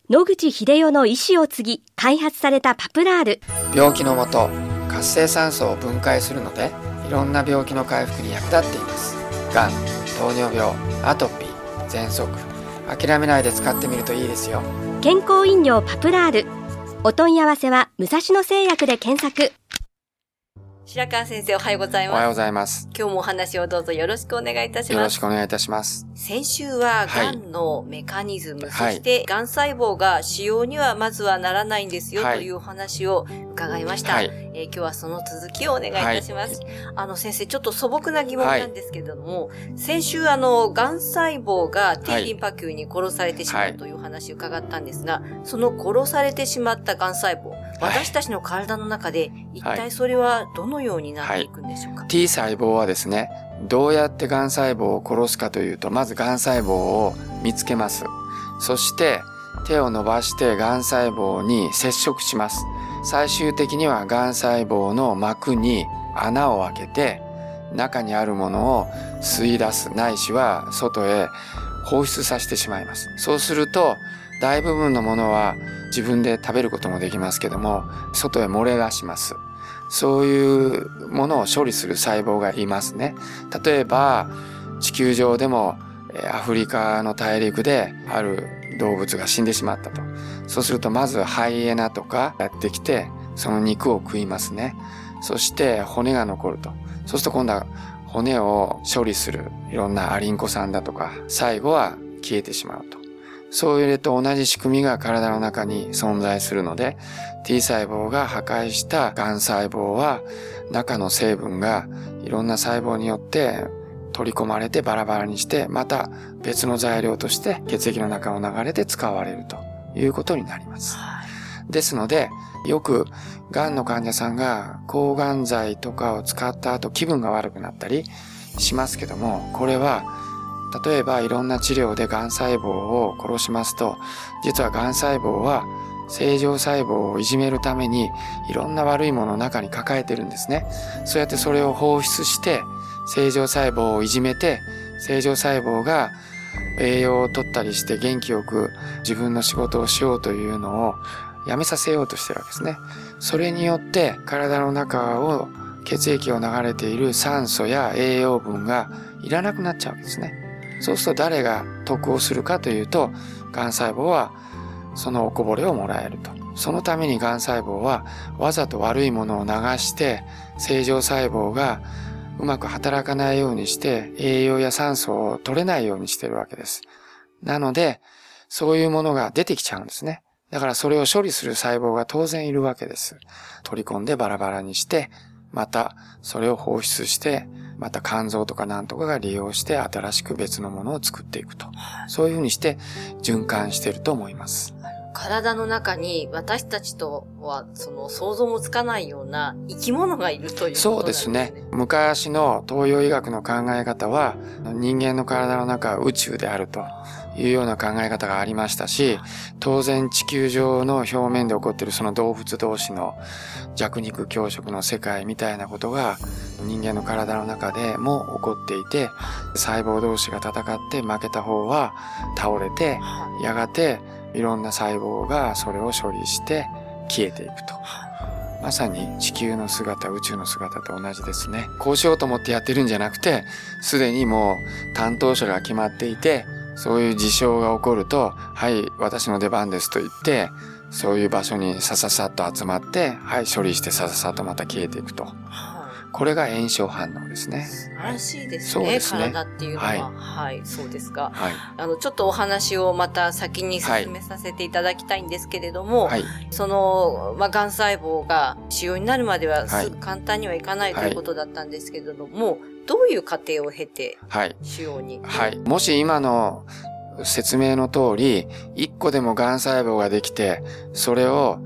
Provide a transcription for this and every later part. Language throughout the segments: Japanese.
野口英世の遺志を継ぎ開発されたパプラール。 病気のもと、活性酸素を分解するので、いろんな病気の回復に役立っています。がん、糖尿病、アトピー、喘息、諦めないで使ってみるといいですよ。 健康飲料パプラール。お問い合わせは武蔵野製薬で検索。 白川先生、おはようございます。 おはようございます。 今日もお話をどうぞよろしくお願いいたします。 よろしくお願いいたします。 先週はがんのメカニズム、そしてがん細胞が腫瘍にはまずはならないんですよ、というお話を伺いました。今日はその続きをお願いいたします。先生、ちょっと素朴な疑問なんですけれども、先週がん細胞が T リンパ球に殺されてしまうという話を伺ったんですが、その殺されてしまったがん細胞、私たちの体の中で一体それはどのようになっていくんでしょうか。 T 細胞はですね、どうやってがん細胞を殺すかというと、まずがん細胞を見つけます。そして手を伸ばしてがん細胞に接触します。最終的にはがん細胞の膜に穴を開けて、中にあるものを吸い出す、ないしは外へ放出させてしまいます。そうすると大部分のものは自分で食べることもできますけども、外へ漏れ出します。そういうものを処理する細胞がいますね。例えば地球上でもアフリカの大陸である動物が死んでしまったと。そうするとまずハイエナとかやってきて、その肉を食いますね。そして骨が残ると。そうすると今度は骨を処理するいろんなアリンコ酸だとか、最後は消えてしまうと。そういうと同じ仕組みが体の中に存在するので、 T 細胞が破壊したがん細胞は中の成分がいろんな細胞によって取り込まれてバラバラにして、また別の材料として血液の中を流れて使われるということになります。ですので、よくがんの患者さんが抗がん剤とかを使った後気分が悪くなったりしますけども、これは例えばいろんな治療でがん細胞を殺しますと、実はがん細胞は正常細胞をいじめるためにいろんな悪いものを中に抱えてるんですね。そうやってそれを放出して正常細胞をいじめて、正常細胞が栄養を取ったりして元気よく自分の仕事をしようというのをやめさせようとしてるわけですね。それによって体の中を血液を流れている酸素や栄養分がいらなくなっちゃうわけですね。そうすると誰が得をするかというと、がん細胞はそのおこぼれをもらえると。そのためにがん細胞はわざと悪いものを流して正常細胞がうまく働かないようにして栄養や酸素を取れないようにしているわけです。なのでそういうものが出てきちゃうんですね。だからそれを処理する細胞が当然いるわけです。取り込んでバラバラにして、またそれを放出して、また肝臓とかなんとかが利用して新しく別のものを作っていくと。そういうふうにして循環していると思います。 体の中に私たちとは想像もつかないような生き物がいるということなんですね。 そうですね。昔の東洋医学の考え方は、人間の体の中は宇宙であるというような考え方がありましたし、当然地球上の表面で起こっているその動物同士の弱肉強食の世界みたいなことが人間の体の中でも起こっていて、細胞同士が戦って負けた方は倒れて、やがていろんな細胞がそれを処理して消えていくと。まさに地球の姿、宇宙の姿と同じですね。こうしようと思ってやってるんじゃなくて、すでにもう担当者が決まっていて、そういう事象が起こると、はい、私の出番ですと言って、そういう場所にさっと集まって、はい、処理してさっとまた消えていくと。これが炎症反応ですね。 素晴らしいですね。 そうですね。 体っていうのは。はい、そうですか。 はい。 ちょっとお話をまた先に進めさせていただきたいんですけれども、 はい、 がん細胞が腫瘍になるまではすぐ簡単にはいかないということだったんですけれども、どういう過程を経て、腫瘍に。 はい。もし今の説明の通り、一個でもがん細胞ができて、それを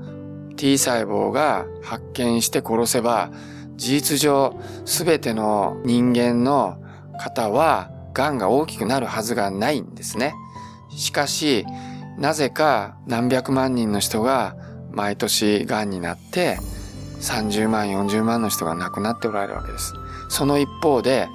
T 細胞が発見して殺せば、事実上すべての人間の方はがんが大きくなるはずがないんですね。しかしなぜか何百万人の人が毎年がんになって30万40万の人が亡くなっておられるわけです。その一方で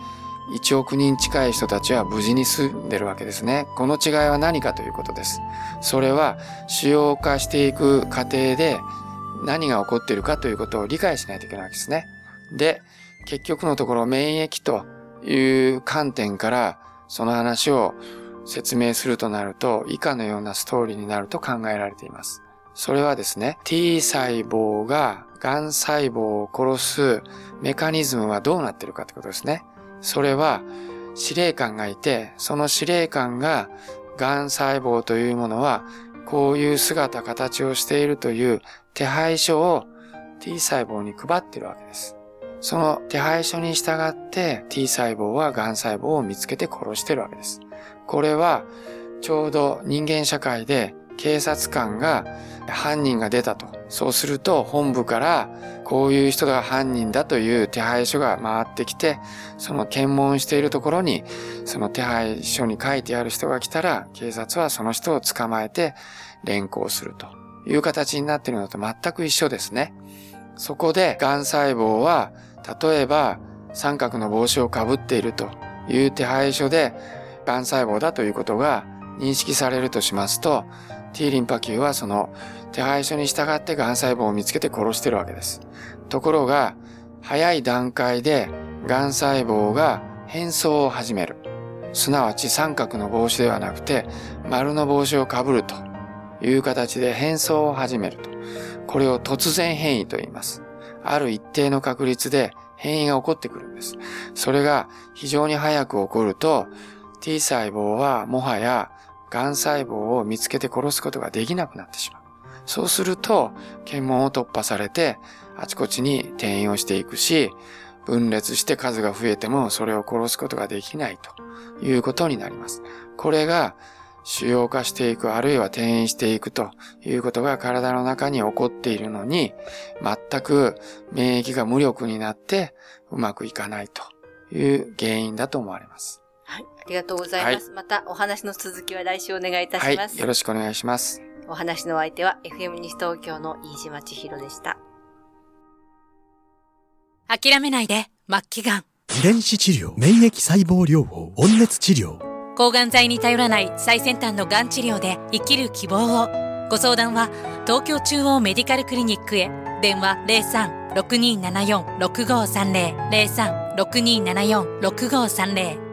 1億人近い人たちは無事に住んでるわけですね。この違いは何かということです。それは腫瘍化していく過程で何が起こっているかということを理解しないといけないわけですね。で、結局のところ免疫という観点からその話を説明するとなると、以下のようなストーリーになると考えられています。それはですね、T 細胞が癌細胞を殺すメカニズムはどうなっているかということですね。それは司令官がいて、その司令官が癌細胞というものはこういう姿形をしているという手配書を T 細胞に配っているわけです。その手配書に従って T 細胞は癌細胞を見つけて殺しているわけです。これはちょうど人間社会で警察官が犯人が出たと。そうすると本部からこういう人が犯人だという手配書が回ってきて、その検問しているところにその手配書に書いてある人が来たら、警察はその人を捕まえて連行するという形になっているのと全く一緒ですね。そこで癌細胞は例えば三角の帽子をかぶっているという手配書で癌細胞だということが認識されるとしますと、T リンパ球はその手配書に従って癌細胞を見つけて殺しているわけです。ところが、早い段階で癌細胞が変装を始める。すなわち三角の帽子ではなくて丸の帽子をかぶるという形で変装を始めると。これを突然変異と言います。ある一定の確率で変異が起こってくるんです。それが非常に早く起こると、T 細胞はもはや癌細胞を見つけて殺すことができなくなってしまう。そうすると、検問を突破されて、あちこちに転移をしていくし、分裂して数が増えてもそれを殺すことができないということになります。これが腫瘍化していく、あるいは転移していくということが体の中に起こっているのに、全く免疫が無力になってうまくいかないという原因だと思われます。 はい、ありがとうございます。はい、またお話の続きは来週お願いいたします。 はい、よろしくお願いします。 お話の相手は FM 西東京の飯島千尋でした。 諦めないで、末期がん。 遺伝子治療、免疫細胞療法、温熱治療。 抗がん剤に頼らない最先端のがん治療で生きる希望を。ご相談は東京中央メディカルクリニックへ。電話 03-6274-6530 03-6274-6530